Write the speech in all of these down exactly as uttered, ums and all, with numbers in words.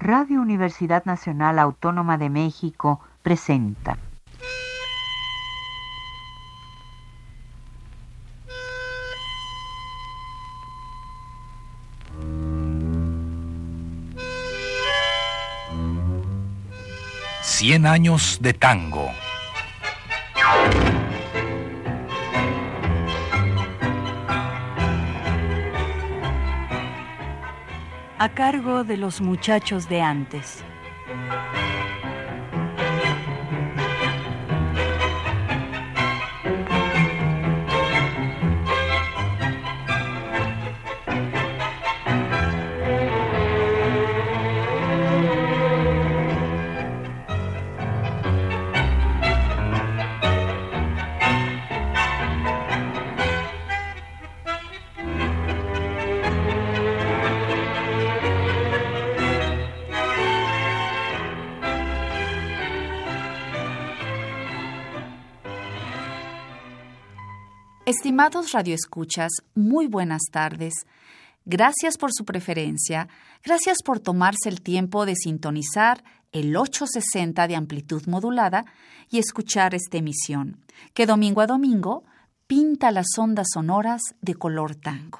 Radio Universidad Nacional Autónoma de México presenta Cien años de tango. A cargo de los muchachos de antes. Estimados radioescuchas, muy buenas tardes. Gracias por su preferencia, gracias por tomarse el tiempo de sintonizar el ochocientos sesenta de amplitud modulada y escuchar esta emisión, que domingo a domingo pinta las ondas sonoras de color tango.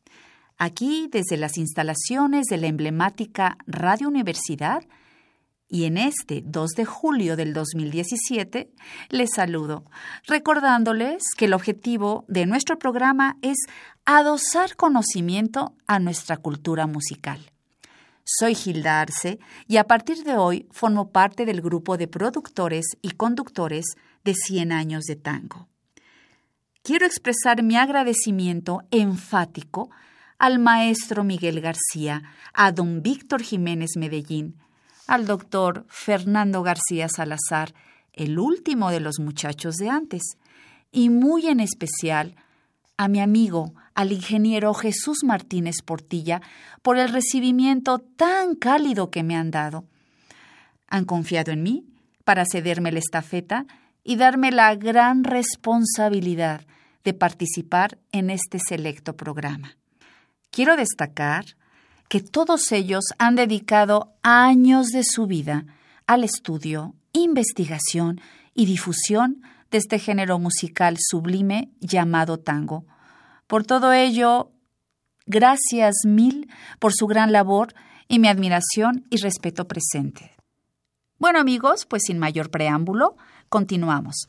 Aquí, desde las instalaciones de la emblemática Radio Universidad, y en este dos de julio del dos mil diecisiete, les saludo, recordándoles que el objetivo de nuestro programa es adosar conocimiento a nuestra cultura musical. Soy Gilda Arce y a partir de hoy formo parte del grupo de productores y conductores de Cien años de tango. Quiero expresar mi agradecimiento enfático al maestro Miguel García, a don Víctor Jiménez Medellín, al doctor Fernando García Salazar, el último de los muchachos de antes, y muy en especial a mi amigo, al ingeniero Jesús Martínez Portilla, por el recibimiento tan cálido que me han dado. Han confiado en mí para cederme la estafeta y darme la gran responsabilidad de participar en este selecto programa. Quiero destacar que todos ellos han dedicado años de su vida al estudio, investigación y difusión de este género musical sublime llamado tango. Por todo ello, gracias mil por su gran labor y mi admiración y respeto presente. Bueno, amigos, pues sin mayor preámbulo, continuamos.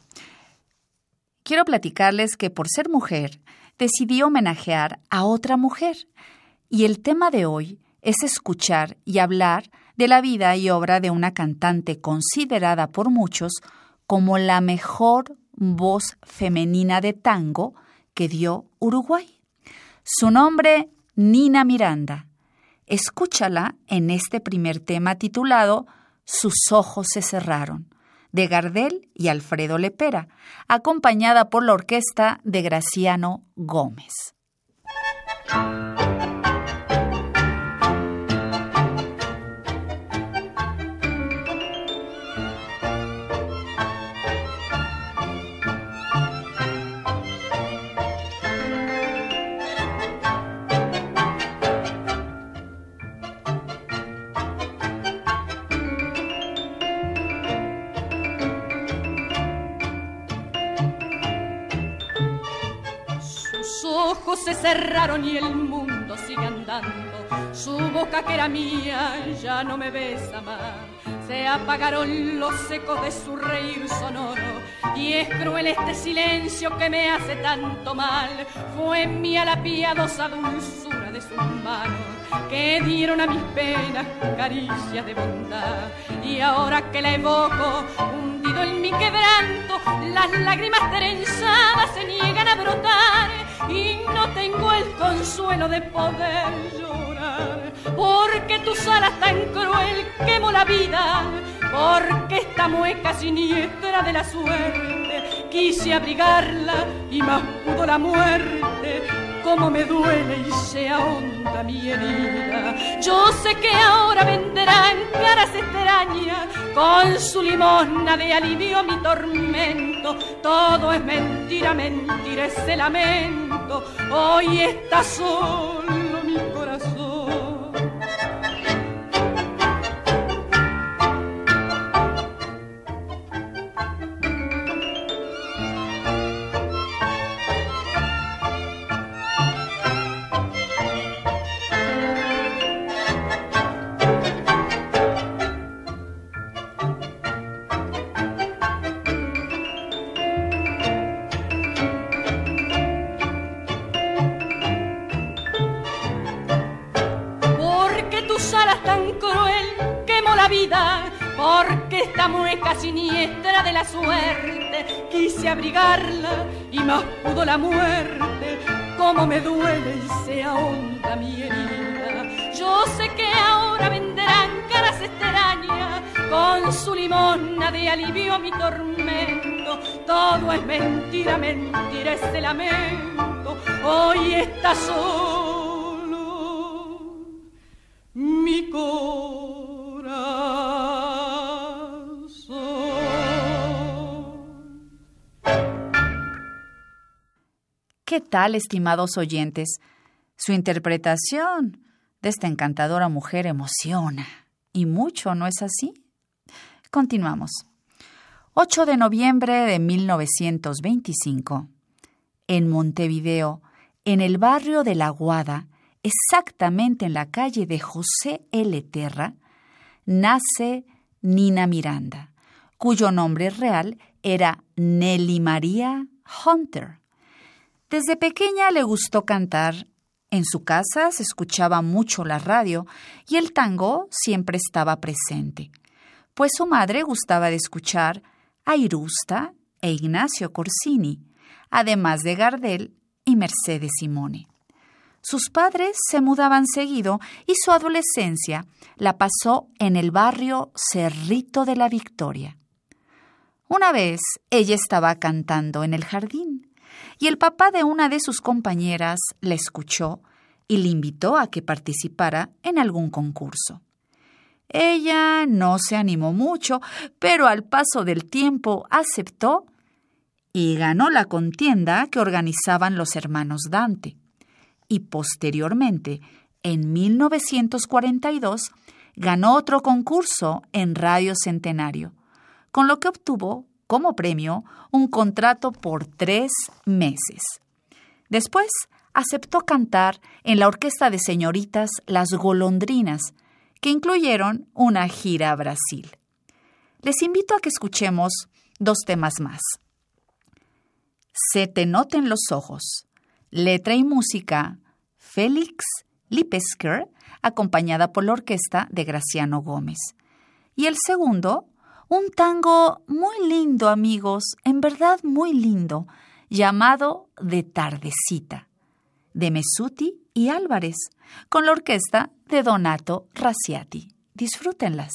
Quiero platicarles que por ser mujer, decidí homenajear a otra mujer. Y el tema de hoy es escuchar y hablar de la vida y obra de una cantante considerada por muchos como la mejor voz femenina de tango que dio Uruguay. Su nombre, Nina Miranda. Escúchala en este primer tema titulado Sus ojos se cerraron, de Gardel y Alfredo Lepera, acompañada por la orquesta de Graciano Gómez. Se cerraron y el mundo sigue andando. Su boca que era mía ya no me besa más. Se apagaron los ecos de su reír sonoro y es cruel este silencio que me hace tanto mal. Fue mía la piadosa dulzura de sus manos que dieron a mis penas caricias de bondad. Y ahora que la evoco, hundido en mi quebranto, las lágrimas trenzadas se niegan a brotar y no tengo el consuelo de poder llorar. Porque tus alas tan cruel quemó la vida, porque esta mueca siniestra de la suerte quise abrigarla y más pudo la muerte. Cómo me duele y se ahonda mi herida. Yo sé que ahora vendrán caras extrañas con su limosna de alivio a mi tormento. Todo es mentira, mentira ese lamento. Hoy está solo mi corazón. cruel quemó la vida, porque esta mueca siniestra de la suerte quise abrigarla y más pudo la muerte. Cómo me duele y se ahonda mi herida. Yo sé que ahora vendrán caras extrañas con su limosna de alivio a mi tormento. Todo es mentira, mentira ese lamento. Hoy está solo mi corazón. ¿Qué tal, estimados oyentes? Su interpretación de esta encantadora mujer emociona, y mucho, ¿no es así? Continuamos. ocho de noviembre de mil novecientos veinticinco, en Montevideo, en el barrio de La Guada, exactamente en la calle de José L. Terra, nace Nina Miranda, cuyo nombre real era Nelly María Hunter. Desde pequeña le gustó cantar. En su casa se escuchaba mucho la radio y el tango siempre estaba presente, pues su madre gustaba de escuchar a Irusta e Ignacio Corsini, además de Gardel y Mercedes Simone. Sus padres se mudaban seguido y su adolescencia la pasó en el barrio Cerrito de la Victoria. Una vez ella estaba cantando en el jardín y el papá de una de sus compañeras la escuchó y le invitó a que participara en algún concurso. Ella no se animó mucho, pero al paso del tiempo aceptó y ganó la contienda que organizaban los hermanos Dante. Y posteriormente, en mil novecientos cuarenta y dos, ganó otro concurso en Radio Centenario, con lo que obtuvo como premio un contrato por tres meses. Después aceptó cantar en la orquesta de señoritas Las Golondrinas, que incluyeron una gira a Brasil. Les invito a que escuchemos dos temas más. Se te noten los ojos, letra y música, Félix Lipesker, acompañada por la orquesta de Graciano Gómez. Y el segundo, un tango muy lindo, amigos, en verdad muy lindo, llamado De Tardecita, de Mesuti y Álvarez, con la orquesta de Donato Raciati. Disfrútenlas.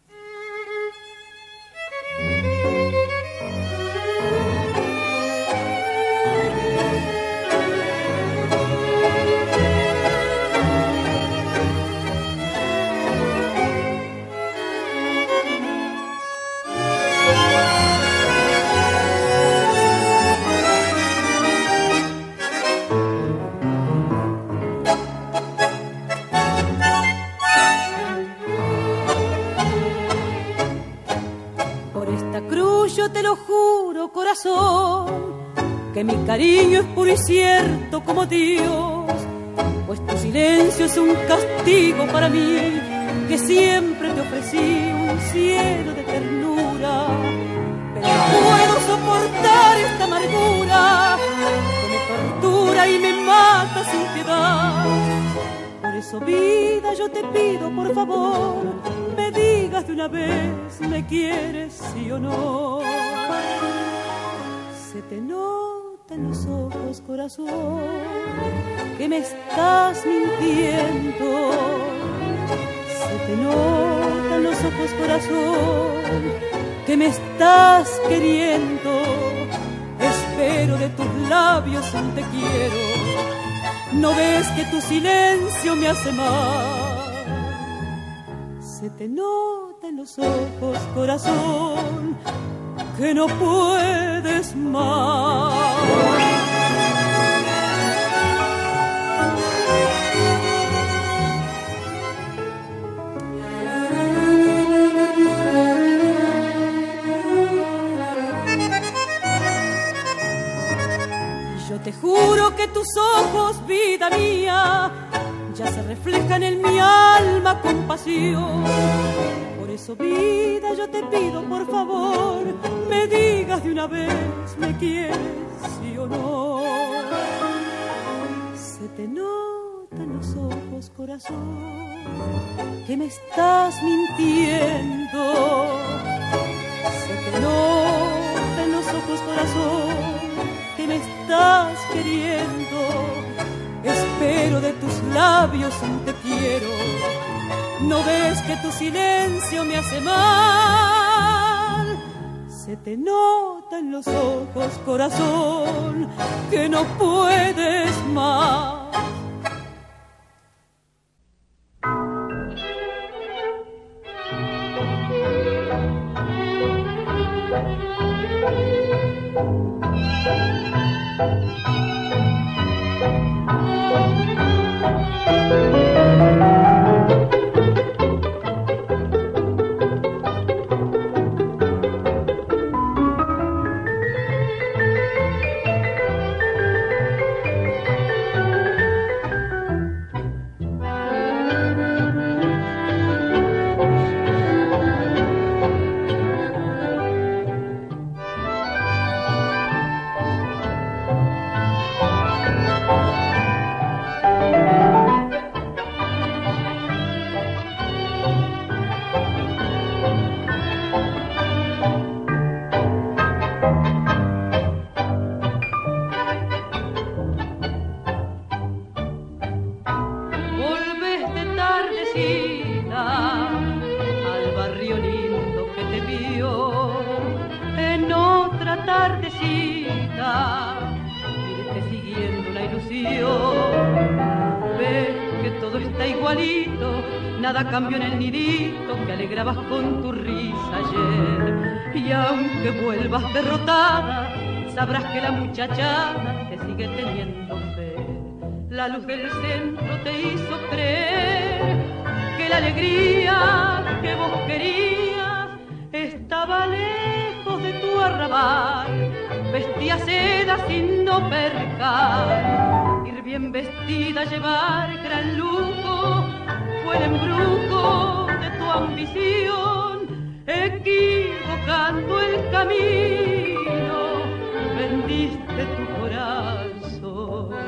Te lo juro, corazón, que mi cariño es puro y cierto como Dios, pues tu silencio es un castigo para mí, que siempre te ofrecí un cielo de ternura, pero no puedo soportar esta amargura que me tortura y me mata sin piedad. Por eso, vida, yo te pido, por favor, me digas de una vez, ¿me quieres, sí o no? Se te nota en los ojos, corazón, que me estás mintiendo. Se te nota en los ojos, corazón, que me estás queriendo. Espero de tus labios un te quiero. ¿No ves que tu silencio me hace mal? Se te nota en los ojos, corazón, que no puedes más. Yo te juro que tus ojos, vida mía, ya se reflejan en mi alma con pasión. Por eso, vida, yo te pido, por favor, me digas de una vez, ¿me quieres, sí o no? Se te nota en los ojos, ojos, corazón, que me estás mintiendo. Se te nota en los ojos, corazón, que me estás queriendo. Espero de tus labios un te quiero. ¿No ves que tu silencio me hace mal? Se te nota en los ojos, corazón, que no puedes más. Nada cambió en el nidito que alegrabas con tu risa ayer. Y aunque vuelvas derrotada, sabrás que la muchachada te sigue teniendo fe. La luz del centro te hizo creer que la alegría que vos querías estaba lejos de tu arrabal. Vestías seda sin no percar, ir bien vestida, llevar gran lujo, fue el embrujo de tu ambición, equivocando el camino, vendiste tu corazón.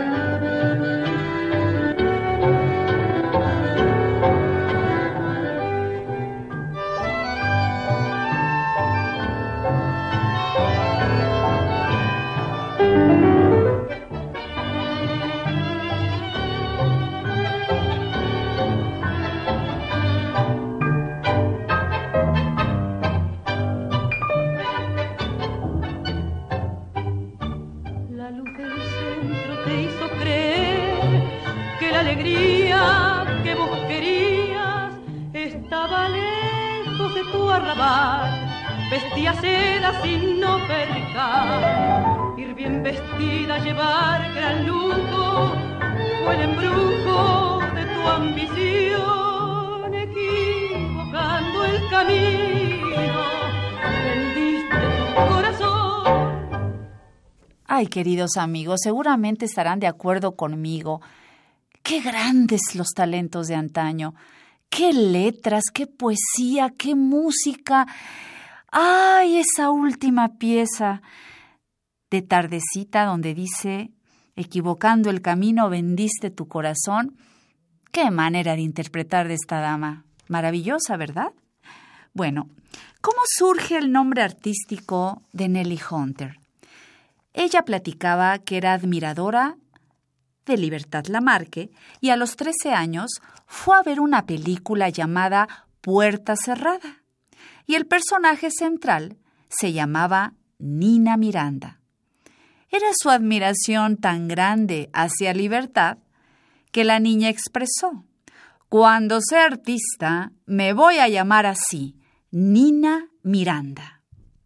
Vestía seda sin no percar, ir bien vestida, llevar gran lujo, fue el embrujo de tu ambición, equivocando el camino, vendiste tu corazón. Ay, queridos amigos, seguramente estarán de acuerdo conmigo. Qué grandes los talentos de antaño. ¡Qué letras, qué poesía, qué música! ¡Ay, esa última pieza de Tardecita donde dice, equivocando el camino, vendiste tu corazón! ¡Qué manera de interpretar de esta dama! Maravillosa, ¿verdad? Bueno, ¿cómo surge el nombre artístico de Nelly Hunter? Ella platicaba que era admiradora de Libertad Lamarque y a los trece años fue a ver una película llamada Puerta Cerrada y el personaje central se llamaba Nina Miranda. Era su admiración tan grande hacia Libertad que la niña expresó: cuando sea artista me voy a llamar así, Nina Miranda.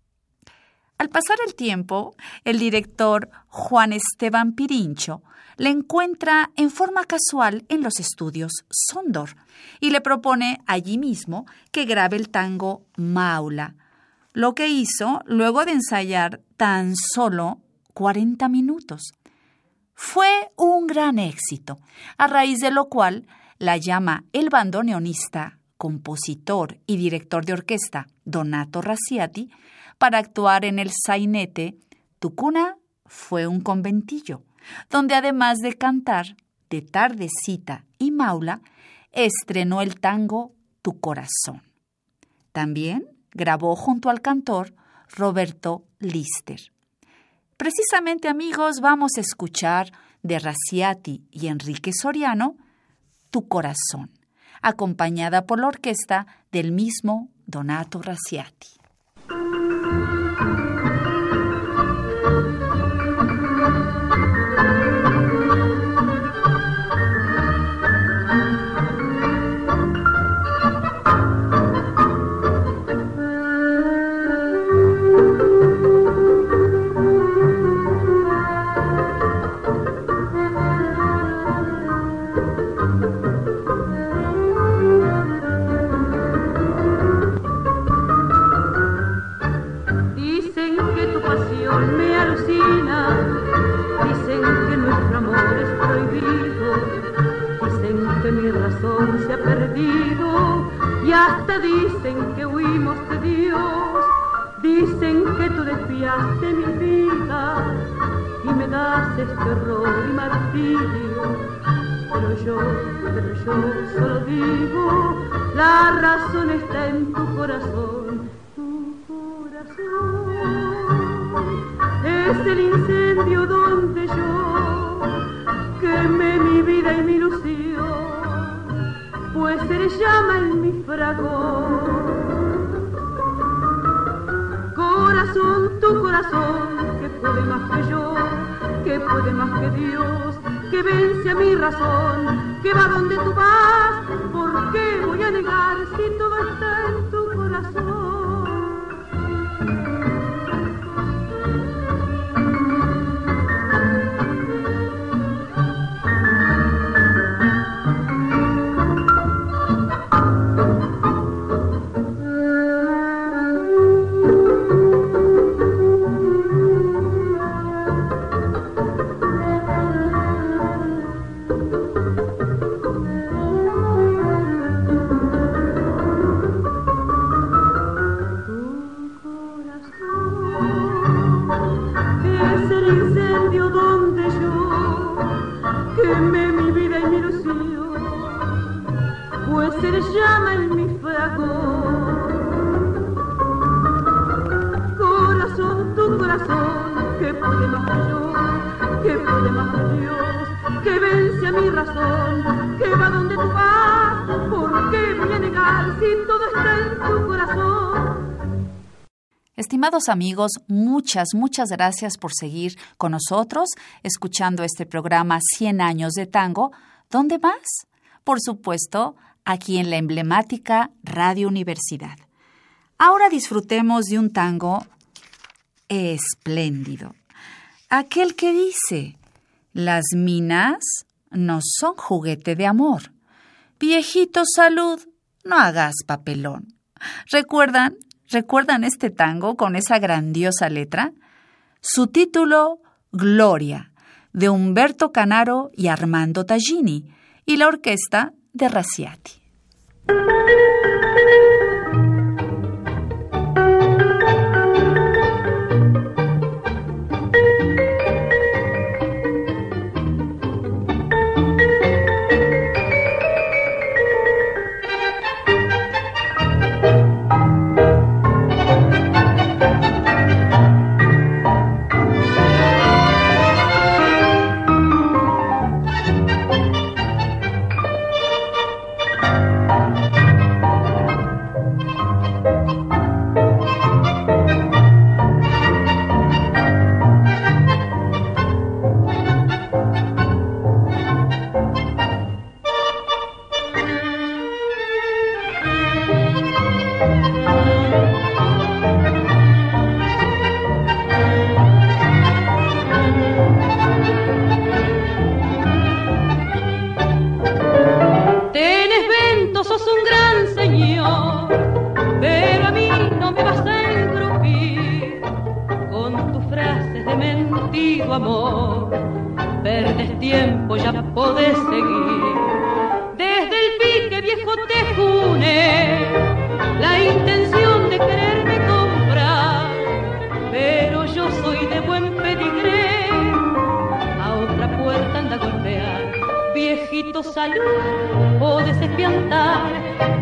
Al pasar el tiempo, el director Juan Esteban Pirincho le encuentra en forma casual en los estudios Sondor y le propone allí mismo que grabe el tango Maula, lo que hizo luego de ensayar tan solo cuarenta minutos. Fue un gran éxito, a raíz de lo cual la llama el bandoneonista, compositor y director de orquesta Donato Raciati para actuar en el sainete Tu cuna fue un conventillo, donde además de cantar, de Tardecita y Maula, estrenó el tango Tu Corazón. También grabó junto al cantor Roberto Lister. Precisamente, amigos, vamos a escuchar de Raciati y Enrique Soriano Tu Corazón, acompañada por la orquesta del mismo Donato Raciati. Dicen que huimos de Dios, dicen que tú desviaste mi vida y me das este horror y martirio. Pero yo, pero yo solo digo, la razón está en tu corazón. Tu corazón es el incendio donde yo quemé mi vida y mi ilusión, pues se le llama en mi fragor. Corazón, tu corazón, que puede más que yo, que puede más que Dios, que vence a mi razón, que va donde tú vas. ¿Por qué voy a negar si todo está en tu corazón? Estimados amigos, muchas, muchas gracias por seguir con nosotros, escuchando este programa cien años de tango. ¿Dónde más? Por supuesto, aquí en la emblemática Radio Universidad. Ahora disfrutemos de un tango espléndido. Aquel que dice, las minas no son juguete de amor. Viejito, salud, no hagas papelón. ¿Recuerdan? ¿Recuerdan este tango con esa grandiosa letra? Su título, Gloria, de Humberto Canaro y Armando Tagini, y la orquesta de Raciati.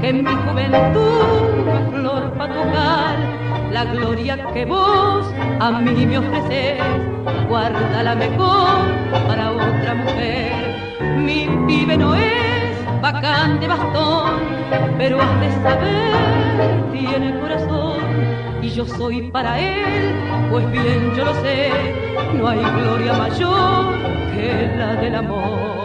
que en mi juventud no es flor pa' tocar. La gloria que vos a mí me ofreces, guárdala mejor para otra mujer. Mi pibe no es bacán de bastón, pero has de saber, tiene corazón. Y yo soy para él, pues bien yo lo sé, no hay gloria mayor que la del amor.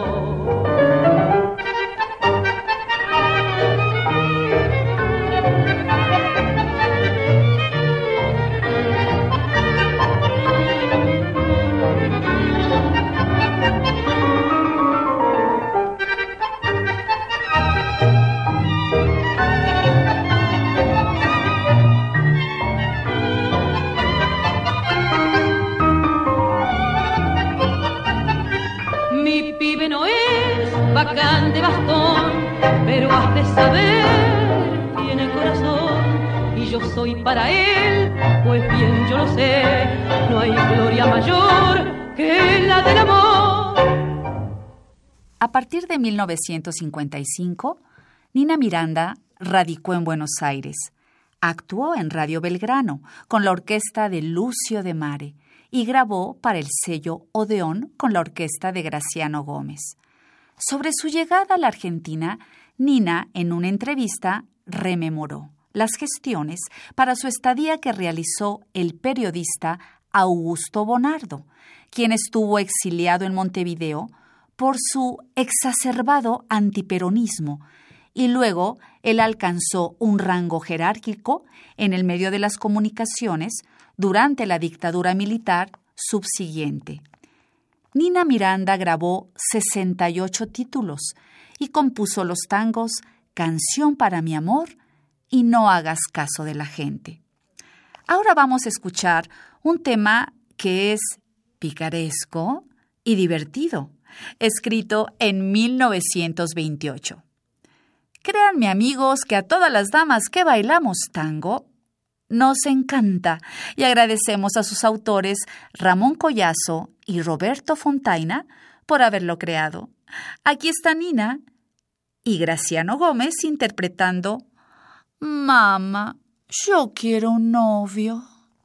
Bacán de bastón, pero has de saber, tiene corazón. Y yo soy para él, pues bien yo lo sé, no hay gloria mayor que la del amor. A partir de mil novecientos cincuenta y cinco, Nina Miranda radicó en Buenos Aires. Actuó en Radio Belgrano con la orquesta de Lucio de Mare y grabó para el sello Odeón con la orquesta de Graciano Gómez. Sobre su llegada a la Argentina, Nina, en una entrevista, rememoró las gestiones para su estadía que realizó el periodista Augusto Bonardo, quien estuvo exiliado en Montevideo por su exacerbado antiperonismo, y luego él alcanzó un rango jerárquico en el medio de las comunicaciones durante la dictadura militar subsiguiente. Nina Miranda grabó sesenta y ocho títulos y compuso los tangos Canción para mi amor y No hagas caso de la gente. Ahora vamos a escuchar un tema que es picaresco y divertido, escrito en mil novecientos veintiocho. Créanme, amigos, que a todas las damas que bailamos tango nos encanta y agradecemos a sus autores Ramón Collazo y Roberto Fontaina por haberlo creado. Aquí está Nina y Graciano Gómez interpretando Mamá, yo quiero un novio.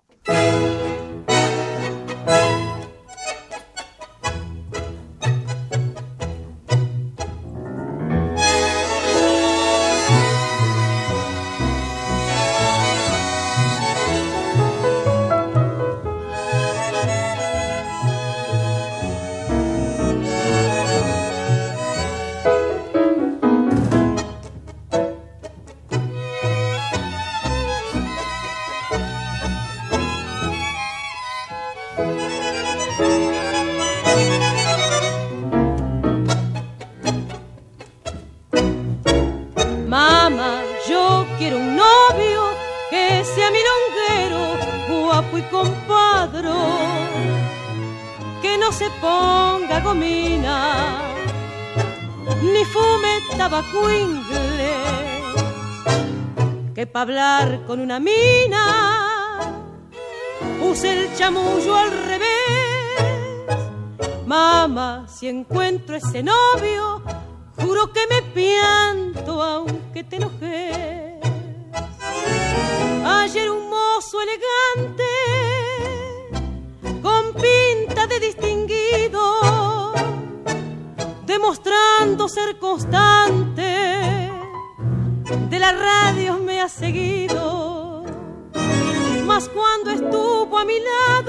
Mamá, yo quiero un novio que sea milonguero, guapo y compadro, que no se ponga gomina, ni fume tabaco inglés, que pa' hablar con una mina use el chamullo al revés. Mamá, si encuentro ese novio, juro que me pianto aunque te enojes. Ayer un mozo elegante, con pinta de distinguido, demostrando ser constante, de la radio me ha seguido. Mas cuando estuvo a mi lado,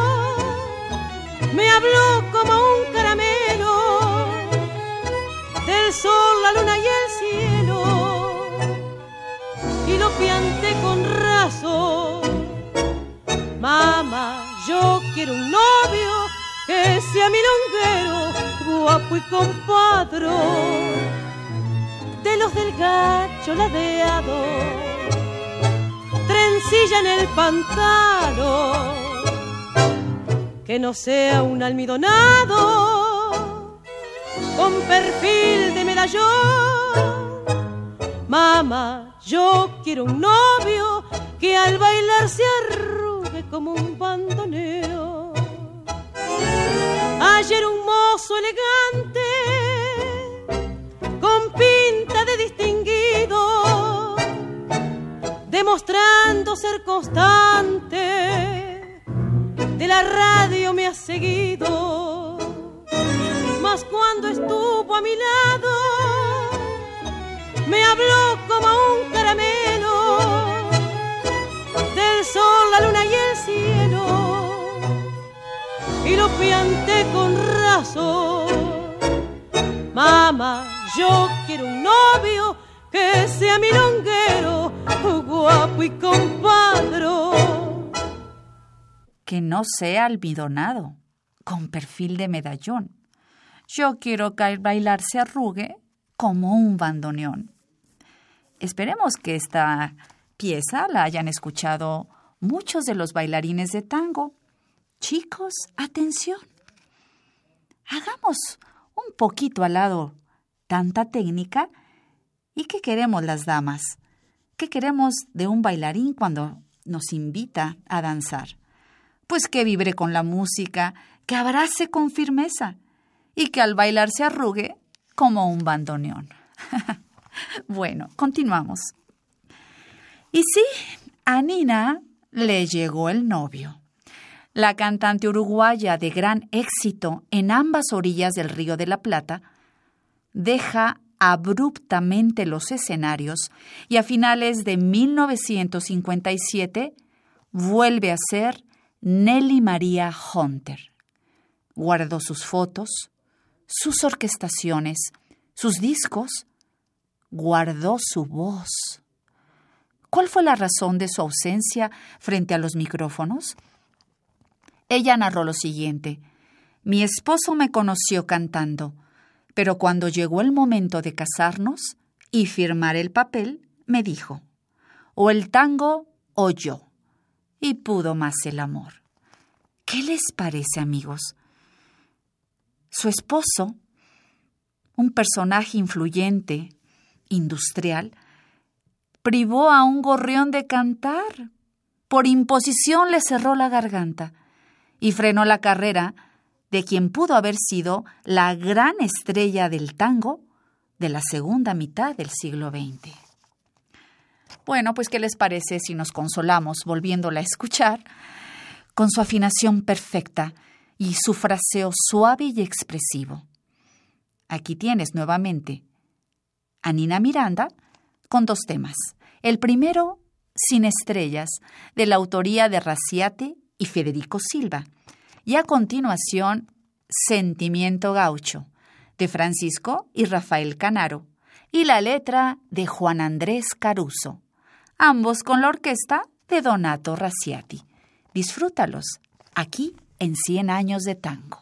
me habló como un caramelo del sol, la luna y el cielo, y lo pianté con razón. Mamá, yo quiero un novio que sea milonguero, guapo y compadro, de los del gacho ladeado, trencilla en el pantano, que no sea un almidonado con perfil de medallón. Mamá, yo quiero un novio que al bailar se arrugue como un bandoneo. Ayer un mozo elegante, con pinta de distinguido, demostrando ser constante. De la radio me has seguido, mas cuando estuvo a mi lado me habló como un caramelo del sol, la luna y el cielo, y lo pianté con razón. Mamá, yo quiero un novio que sea milonguero, guapo y compadro. Que no sea almidonado, con perfil de medallón. Yo quiero que al bailar se arrugue como un bandoneón. Esperemos que esta pieza la hayan escuchado muchos de los bailarines de tango. Chicos, atención. Hagamos un poquito al lado tanta técnica. ¿Y qué queremos las damas? ¿Qué queremos de un bailarín cuando nos invita a danzar? Pues que vibre con la música, que abrace con firmeza y que al bailar se arrugue como un bandoneón. Bueno, continuamos. Y sí, a Nina le llegó el novio. La cantante uruguaya de gran éxito en ambas orillas del Río de la Plata deja abruptamente los escenarios y a finales de mil novecientos cincuenta y siete vuelve a ser Nelly María Hunter. Guardó sus fotos, sus orquestaciones, sus discos, guardó su voz. ¿Cuál fue la razón de su ausencia frente a los micrófonos? Ella narró lo siguiente: mi esposo me conoció cantando, pero cuando llegó el momento de casarnos y firmar el papel, me dijo, o el tango o yo, y pudo más el amor. ¿Qué les parece, amigos? Su esposo, un personaje influyente, industrial, privó a un gorrión de cantar. Por imposición le cerró la garganta y frenó la carrera de quien pudo haber sido la gran estrella del tango de la segunda mitad del siglo veinte. Bueno, pues ¿qué les parece si nos consolamos volviéndola a escuchar con su afinación perfecta y su fraseo suave y expresivo? Aquí tienes nuevamente a Nina Miranda con dos temas. El primero, Sin estrellas, de la autoría de Raciati y Federico Silva. Y a continuación, Sentimiento Gaucho, de Francisco y Rafael Canaro, y la letra de Juan Andrés Caruso, ambos con la orquesta de Donato Raciati. Disfrútalos, aquí en Cien Años de Tango.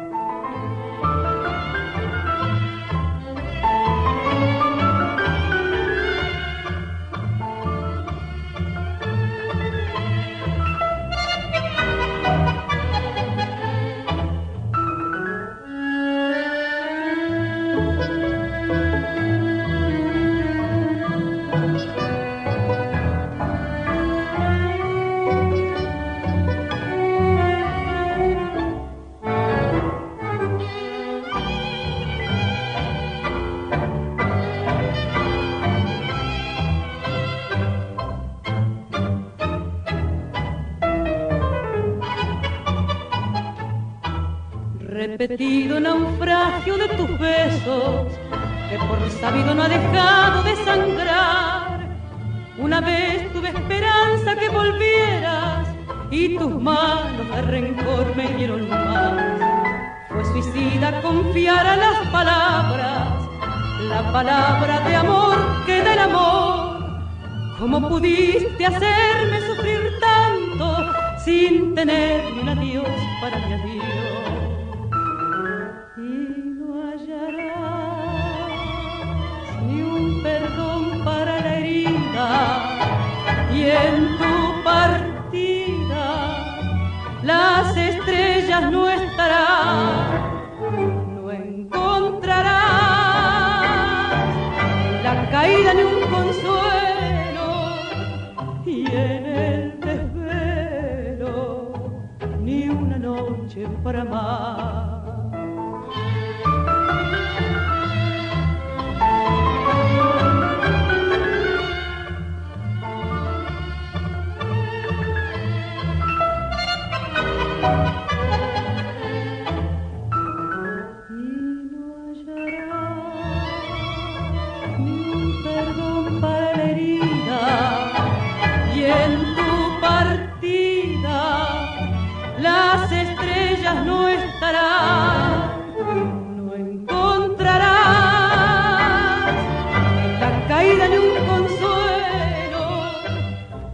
Repetido naufragio de tus besos, que por sabido no ha dejado de sangrar. Una vez tuve esperanza que volvieras y tus manos de rencor me dieron más. Fue suicida confiar a las palabras, la palabra de amor que da el amor. ¿Cómo pudiste hacerme sufrir tanto sin tener ni un adiós para mi adiós? Y en tu partida las estrellas no estarán, no encontrarás en la caída ni un consuelo, y en el desvelo ni una noche para amar.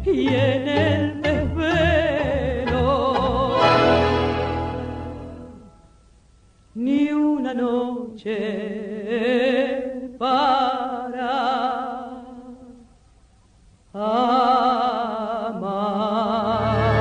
y en el desvelo. Ni una noche para amar.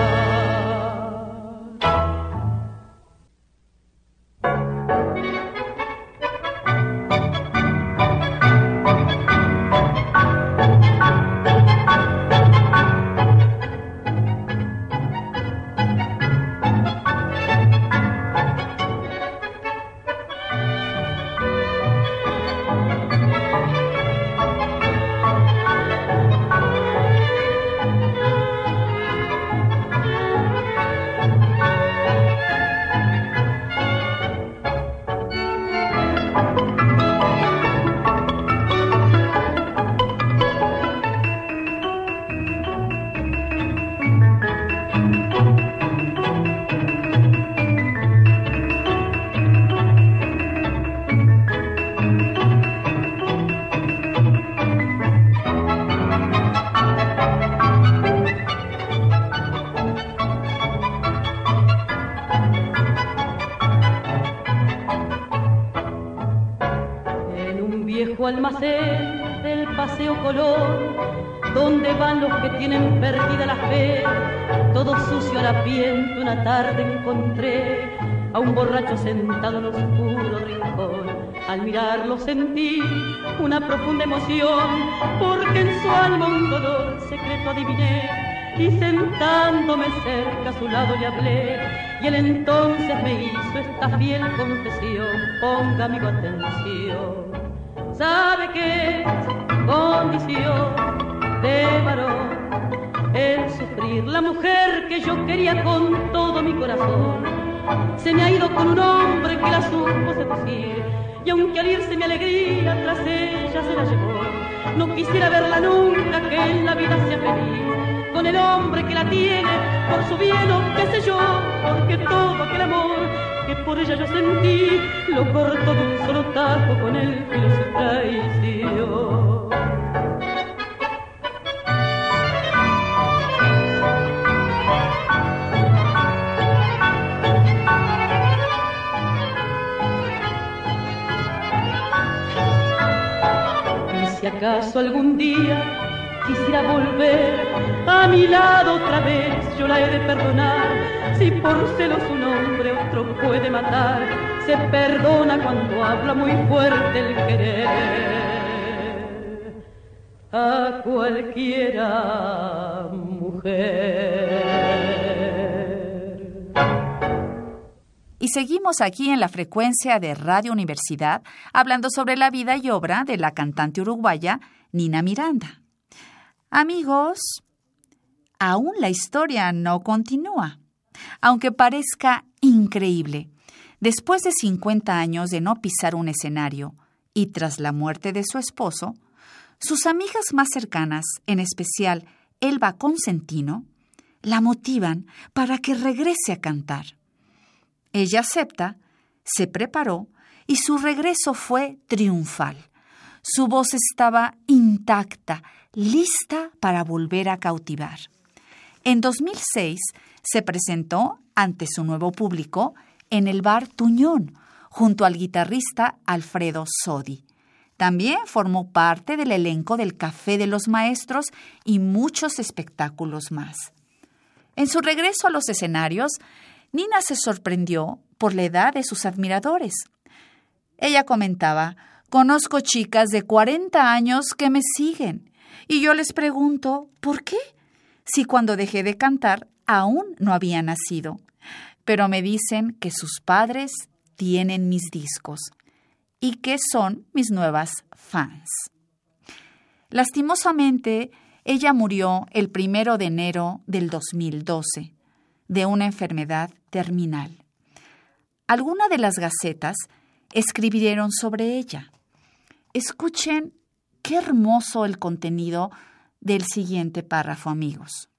Almacén del Paseo Colón, donde van los que tienen perdida la fe, todo sucio harapiento. Una tarde encontré a un borracho sentado en oscuro rincón. Al mirarlo sentí una profunda emoción, porque en su alma un dolor secreto adiviné, y sentándome cerca a su lado le hablé, y él entonces me hizo esta fiel confesión. Ponga, amigo, atención. Sabe que es condición de varón el sufrir. La mujer que yo quería con todo mi corazón se me ha ido con un hombre que la supo seducir, y aunque al irse mi alegría tras ella se la llevó, no quisiera verla nunca, que en la vida sea feliz con el hombre que la tiene por su bien, o qué sé yo, porque todo aquel amor que por ella yo sentí lo cortó de un solo tajo con el filo su traición. Y si acaso algún día quisiera volver a mi lado otra vez, yo la he de perdonar. Si por celos un hombre otro puede matar, se perdona cuando habla muy fuerte el querer a cualquiera mujer. Y seguimos aquí en la frecuencia de Radio Universidad hablando sobre la vida y obra de la cantante uruguaya Nina Miranda. Amigos, aún la historia no continúa. Aunque parezca increíble, después de cincuenta años de no pisar un escenario y tras la muerte de su esposo, sus amigas más cercanas, en especial Elba Consentino, la motivan para que regrese a cantar. Ella acepta, se preparó y su regreso fue triunfal. Su voz estaba intacta, lista para volver a cautivar. En dos mil seis se presentó ante su nuevo público en el bar Tuñón, junto al guitarrista Alfredo Sodi. También formó parte del elenco del Café de los Maestros y muchos espectáculos más. En su regreso a los escenarios, Nina se sorprendió por la edad de sus admiradores. Ella comentaba: «Conozco chicas de cuarenta años que me siguen, y yo les pregunto, ¿por qué? Si cuando dejé de cantar aún no había nacido. Pero me dicen que sus padres tienen mis discos y que son mis nuevas fans». Lastimosamente, ella murió el primero de enero del dos mil doce de una enfermedad terminal. Algunas de las gacetas escribieron sobre ella. Escuchen qué hermoso el contenido del siguiente párrafo, amigos.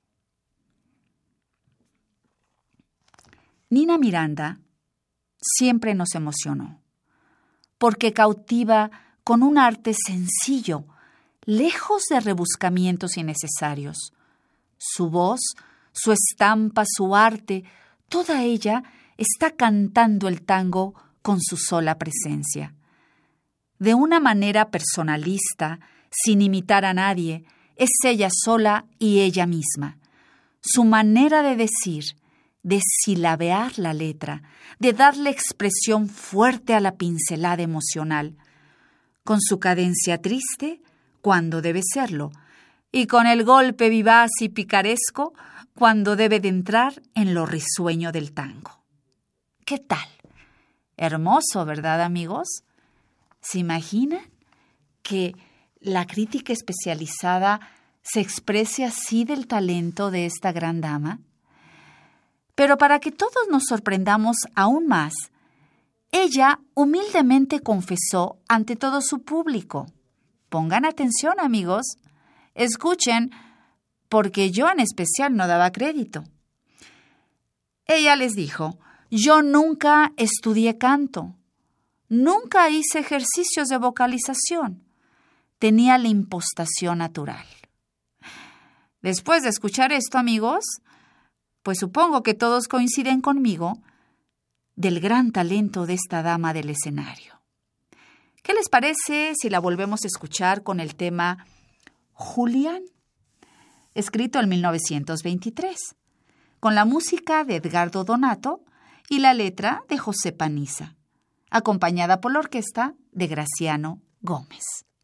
Nina Miranda siempre nos emocionó, porque cautiva con un arte sencillo, lejos de rebuscamientos innecesarios. Su voz, su estampa, su arte, toda ella está cantando el tango con su sola presencia. De una manera personalista, sin imitar a nadie, es ella sola y ella misma. Su manera de decir, de silabear la letra, de darle expresión fuerte a la pincelada emocional, con su cadencia triste, cuando debe serlo, y con el golpe vivaz y picaresco, cuando debe de entrar en lo risueño del tango. ¿Qué tal? Hermoso, ¿verdad, amigos? ¿Se imaginan que la crítica especializada se exprese así del talento de esta gran dama? Pero para que todos nos sorprendamos aún más, ella humildemente confesó ante todo su público. Pongan atención, amigos. Escuchen, porque yo en especial no daba crédito. Ella les dijo: yo nunca estudié canto, nunca hice ejercicios de vocalización, tenía la impostación natural. Después de escuchar esto, amigos, pues supongo que todos coinciden conmigo del gran talento de esta dama del escenario. ¿Qué les parece si la volvemos a escuchar con el tema Julián, escrito en mil novecientos veintitrés, con la música de Edgardo Donato y la letra de José Paniza, acompañada por la orquesta de Graciano Gómez?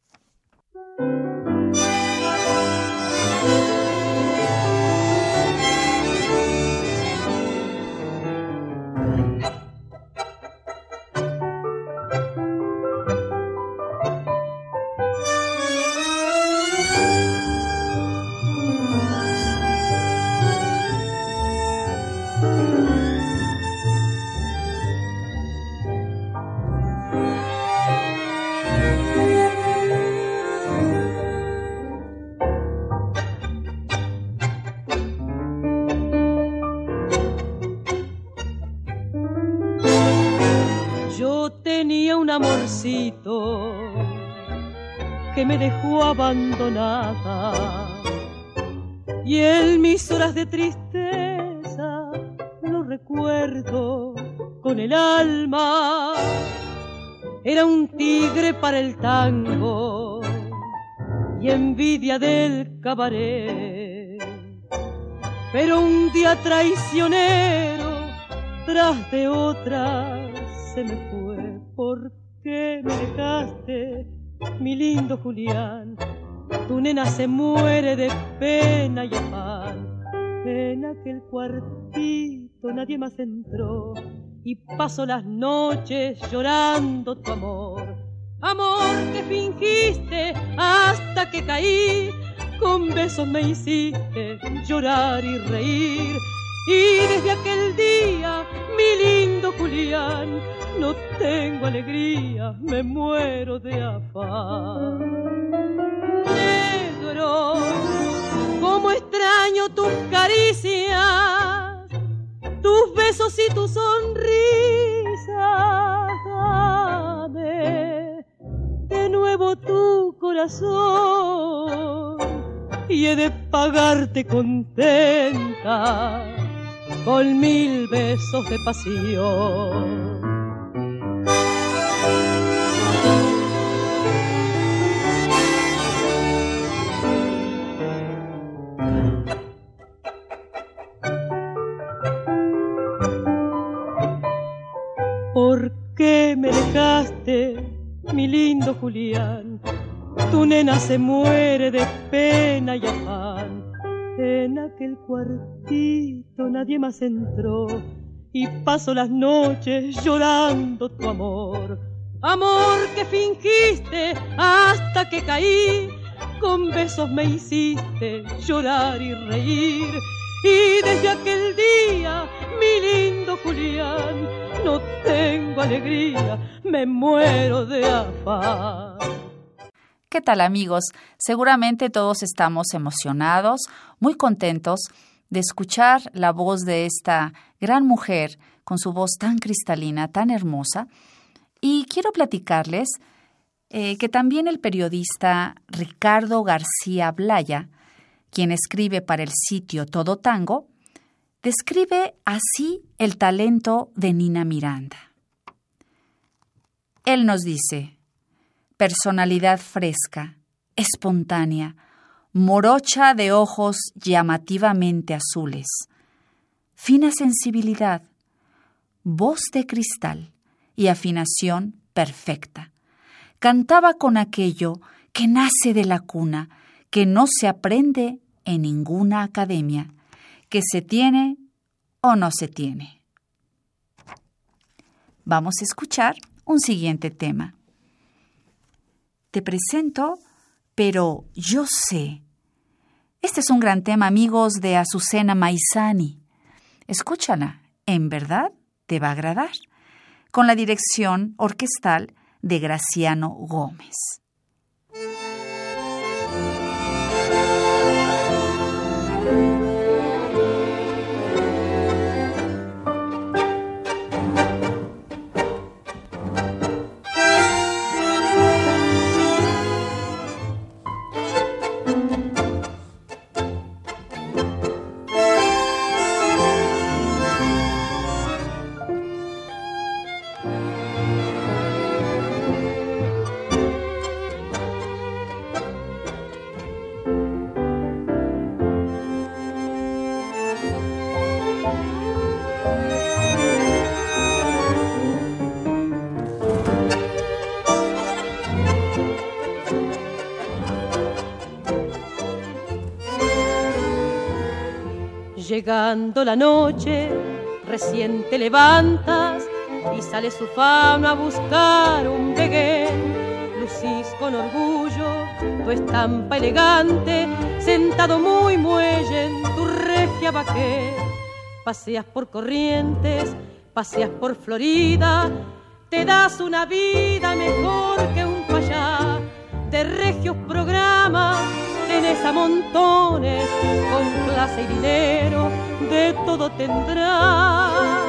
Tenía un amorcito que me dejó abandonada, y en mis horas de tristeza lo recuerdo con el alma. Era un tigre para el tango y envidia del cabaret, pero un día traicionero tras de otra se me fue. ¿Por qué me dejaste, mi lindo Julián? Tu nena se muere de pena y afán. En aquel cuartito nadie más entró y paso las noches llorando tu amor. Amor que fingiste hasta que caí, con besos me hiciste llorar y reír. Y desde aquel día, mi lindo Julián, no tengo alegría, me muero de afán. Negro, cómo extraño tus caricias, tus besos y tu sonrisa. Dame de nuevo tu corazón y he de pagarte contenta con mil besos de pasión. ¿Por qué me dejaste, mi lindo Julián? Tu nena se muere de pena y afán. En aquel cuartito nadie más entró y paso las noches llorando tu amor. Amor que fingiste hasta que caí, con besos me hiciste llorar y reír. Y desde aquel día, mi lindo Julián, no tengo alegría, me muero de afán. ¿Qué tal, amigos? Seguramente todos estamos emocionados, muy contentos de escuchar la voz de esta gran mujer con su voz tan cristalina, tan hermosa. Y quiero platicarles eh, que también el periodista Ricardo García Blaya quien escribe para el sitio Todo Tango, describe así el talento de Nina Miranda. Él nos dice: personalidad fresca, espontánea, morocha de ojos llamativamente azules, fina sensibilidad, voz de cristal y afinación perfecta. Cantaba con aquello que nace de la cuna, que no se aprende en ninguna academia, que se tiene o no se tiene. Vamos a escuchar un siguiente tema. Te presento Pero yo sé. Este es un gran tema, amigos, de Azucena Maizani. Escúchala, en verdad te va a agradar, con la dirección orquestal de Graciano Gómez. Llegando la noche, recién te levantas y sale su fama a buscar un veguén. Lucís con orgullo tu estampa elegante, sentado muy muelle en tu regia baqué. Paseas por Corrientes, paseas por Florida, te das una vida mejor que un payá. De regios programas tenés a montones, con clase y dinero de todo tendrás.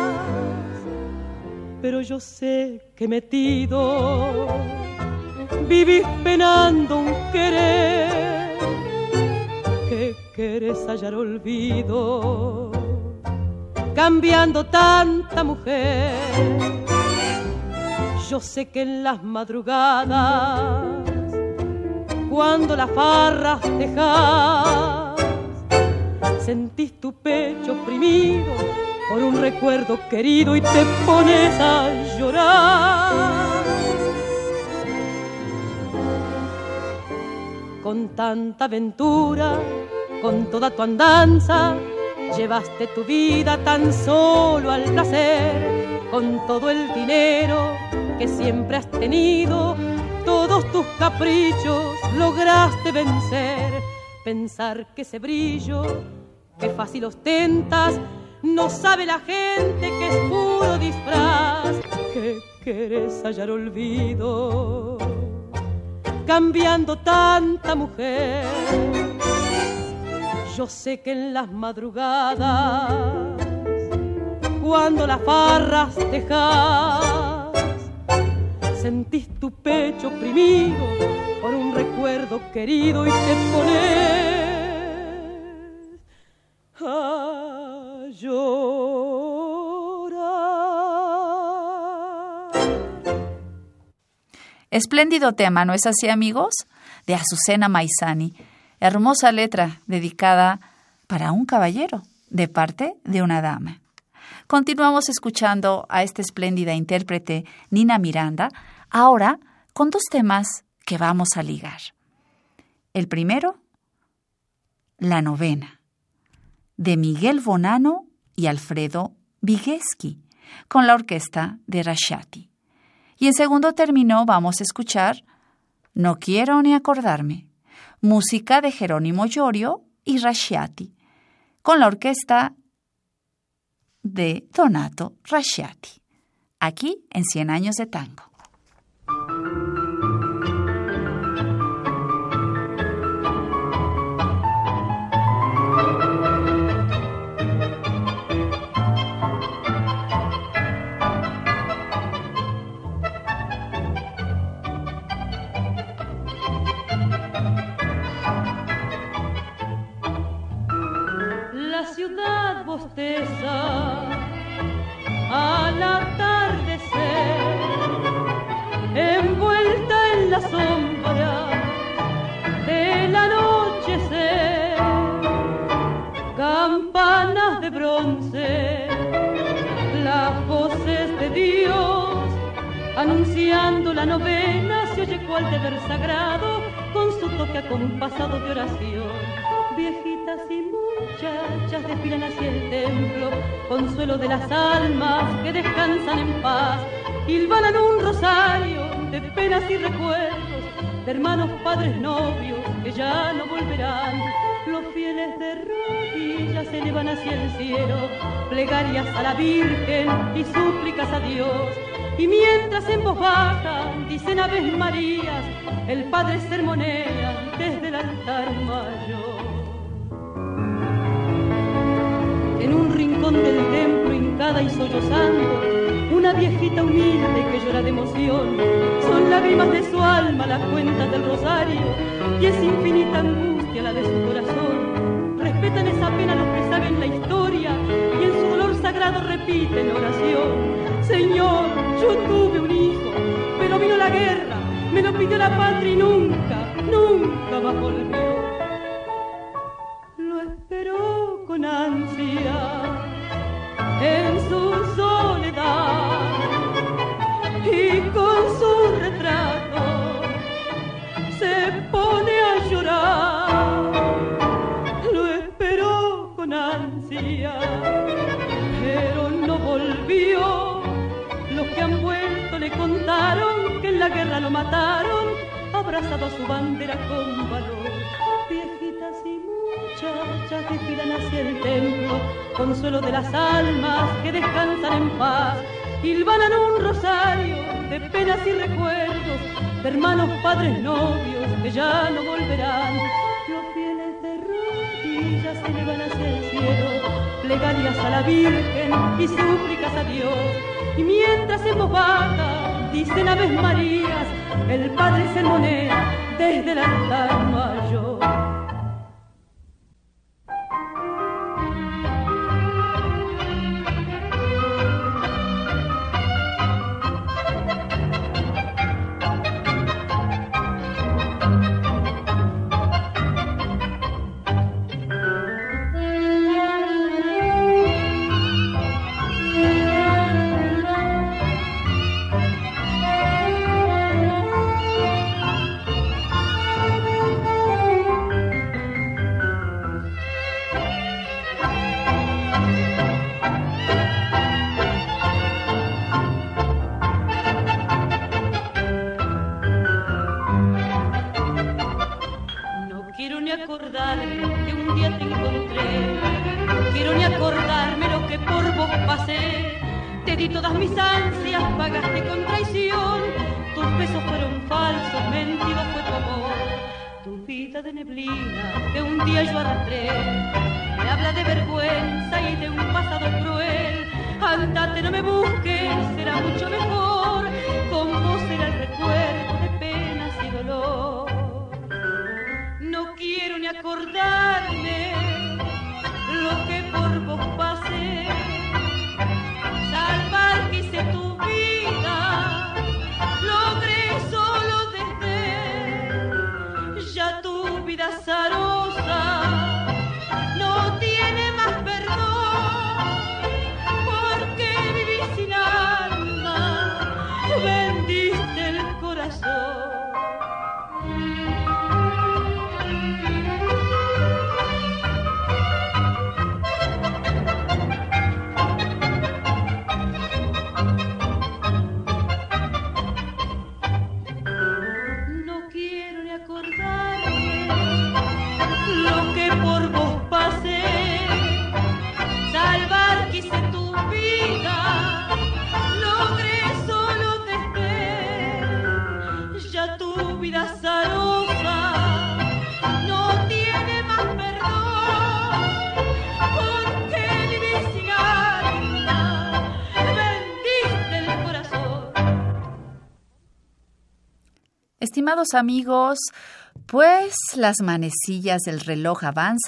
Pero yo sé que metido vivís penando un querer, que querés hallar olvido, cambiando tanta mujer. Yo sé que en las madrugadas, cuando las farras dejás, sentís tu pecho oprimido por un recuerdo querido y te pones a llorar. Con tanta aventura, con toda tu andanza, llevaste tu vida tan solo al placer. Con todo el dinero que siempre has tenido, todos tus caprichos lograste vencer. Pensar que ese brillo que fácil ostentas no sabe la gente que es puro disfraz, que querés hallar olvido, cambiando tanta mujer. Yo sé que en las madrugadas, cuando las farras dejás, sentís tu pecho oprimido por un recuerdo querido y te pones a llorar. Espléndido tema, ¿no es así, amigos? De Azucena Maizani. Hermosa letra dedicada para un caballero de parte de una dama. Continuamos escuchando a esta espléndida intérprete Nina Miranda, ahora con dos temas que vamos a ligar. El primero, La novena, de Miguel Bonanno y Alfredo Vigheski, con la orquesta de Rasciati. Y en segundo término vamos a escuchar No quiero ni acordarme, música de Jerónimo Llorio y Rasciati, con la orquesta de Donato Rasciati, aquí en Cien años de tango. la ciudad bosteza al atardecer, envuelta en la sombra del anochecer, campanas de bronce, las voces de Dios, anunciando la novena, se oye cual deber sagrado, con su toque acompasado de oración. Viejitas y muchachas desfilan hacia el templo, consuelo de las almas que descansan en paz, hilvanan un rosario de penas y recuerdos, de hermanos, padres, novios que ya no volverán. Los fieles de rodillas se elevan hacia el cielo, plegarias a la Virgen y súplicas a Dios. Y mientras en voz baja dicen Aves Marías, el Padre sermonea desde el altar mayor. En un rincón del templo, hincada y sollozando, una viejita humilde que llora de emoción. Son lágrimas de su alma la cuenta del rosario, y es infinita angustia la de su corazón. Respetan esa pena los que saben la historia, y en su dolor sagrado repiten oración. Señor, yo tuve un hijo, pero vino la guerra, me lo pidió la patria y nunca, nunca más volvió. Lo esperó con ansia en su soledad, y con su retrato se pone a llorar. Lo esperó con ansia, pero no volvió. Los que han vuelto le contaron que en la guerra lo mataron, abrazado a su bandera con valor. Viejitas y muchachas desfilan hacia el templo, consuelo de las almas que descansan en paz, hilvanan un rosario de penas y recuerdos, de hermanos, padres, novios que ya no volverán. Los fieles de rodillas se elevan hacia el cielo, plegarias a la Virgen y súplicas a Dios. Y mientras en voz baja dicen Aves Marías, el Padre sermonea desde el altar mayor. Estimados amigos, pues las manecillas del reloj avanzan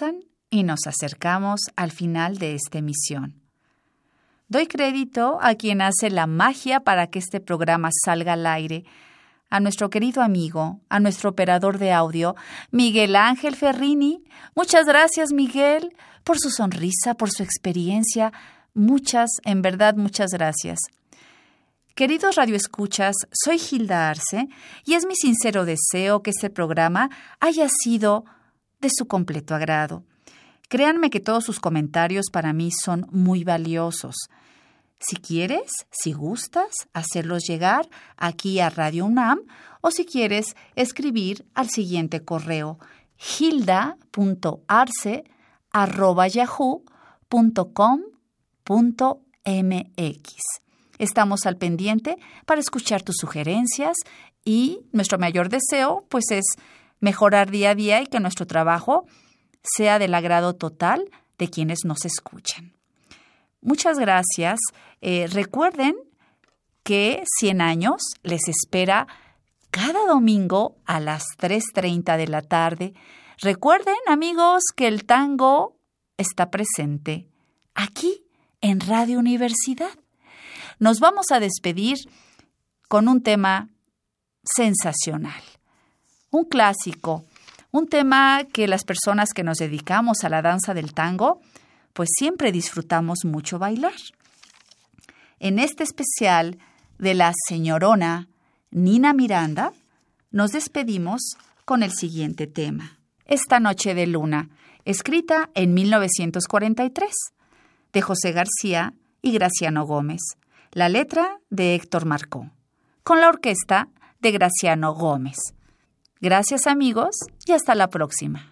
y nos acercamos al final de esta emisión. Doy crédito a quien hace la magia para que este programa salga al aire, a nuestro querido amigo, a nuestro operador de audio, Miguel Ángel Ferrini. Muchas gracias, Miguel, por su sonrisa, por su experiencia. Muchas, en verdad, muchas gracias. Queridos radioescuchas, soy Hilda Arce y es mi sincero deseo que este programa haya sido de su completo agrado. Créanme que todos sus comentarios para mí son muy valiosos. Si quieres, si gustas, hacerlos llegar aquí a Radio UNAM o si quieres, escribir al siguiente correo hilda punto arce arroba yahoo punto com punto mx. Estamos al pendiente para escuchar tus sugerencias y nuestro mayor deseo pues es mejorar día a día y que nuestro trabajo sea del agrado total de quienes nos escuchan. Muchas gracias. Eh, recuerden que cien años les espera cada domingo a las tres treinta de la tarde. Recuerden, amigos, que el tango está presente aquí en Radio Universidad. Nos vamos a despedir con un tema sensacional, un clásico, un tema que las personas que nos dedicamos a la danza del tango pues siempre disfrutamos mucho bailar. En este especial de la señorona Nina Miranda, nos despedimos con el siguiente tema. Esta noche de luna, escrita en mil novecientos cuarenta y tres, de José García y Graciano Gómez. La letra de Héctor Marcó, con la orquesta de Graciano Gómez. Gracias, amigos, y hasta la próxima.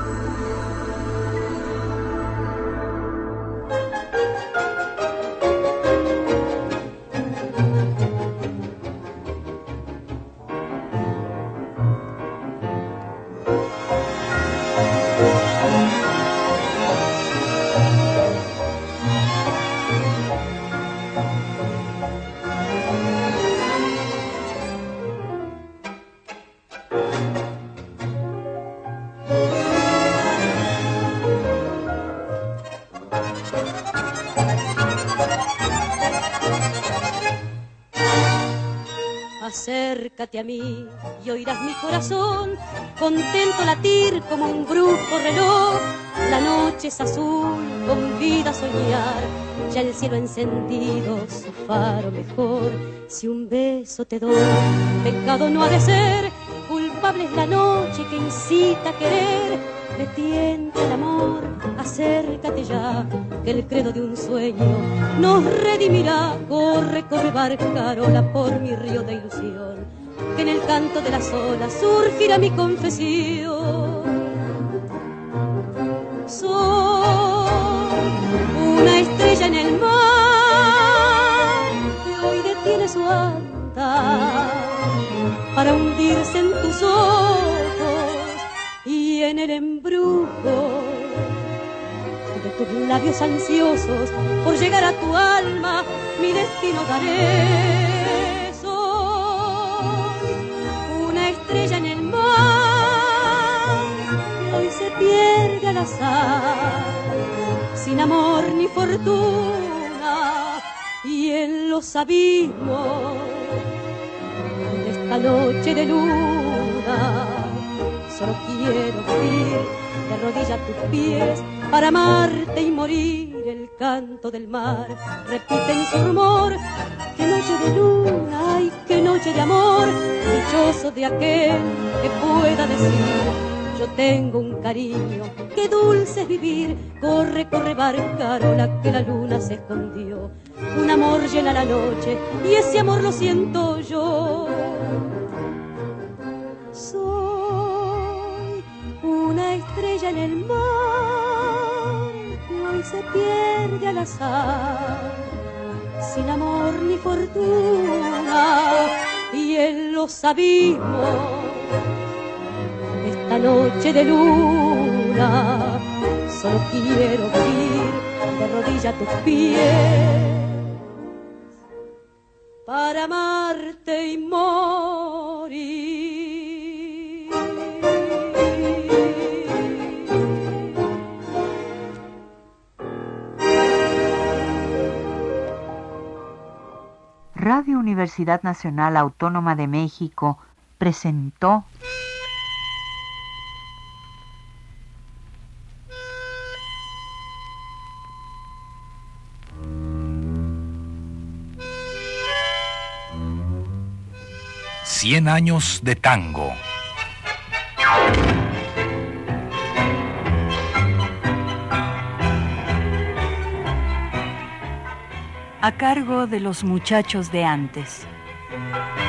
Acércate a mí y oirás mi corazón contento latir como un brusco reloj. La noche es azul, convida a soñar, ya el cielo encendido, su faro mejor. Si un beso te doy, pecado no ha de ser, culpable es la noche que incita a querer. Me tienta el amor, acércate ya, que el credo de un sueño nos redimirá. Corre, corre barcarola por mi río de ilusión, que en el canto de las olas surgirá mi confesión. Soy una estrella en el mar que hoy detiene su andar para hundirse en tus ojos y en el embrujo de tus labios ansiosos por llegar a tu alma, mi destino daré. Soy una estrella en el mar que hoy se pierde al azar, sin amor ni fortuna, y en los abismos de esta noche de luna solo quiero vivir de rodillas a tus pies para amarte y morir. El canto del mar repite en su rumor: qué noche de luna, ay, qué noche de amor. Dichoso de aquel que pueda decir: yo tengo un cariño, qué dulce es vivir. Corre, corre barcarola, que la luna se escondió. Un amor llena la noche y ese amor lo siento yo. Soy una estrella en el mar que hoy se pierde al azar, sin amor ni fortuna, y en los abismos de esta noche de luna solo quiero vivir de rodillas a tus pies para amarte y morir. Radio Universidad Nacional Autónoma de México presentó Cien años de tango. A cargo de los muchachos de antes.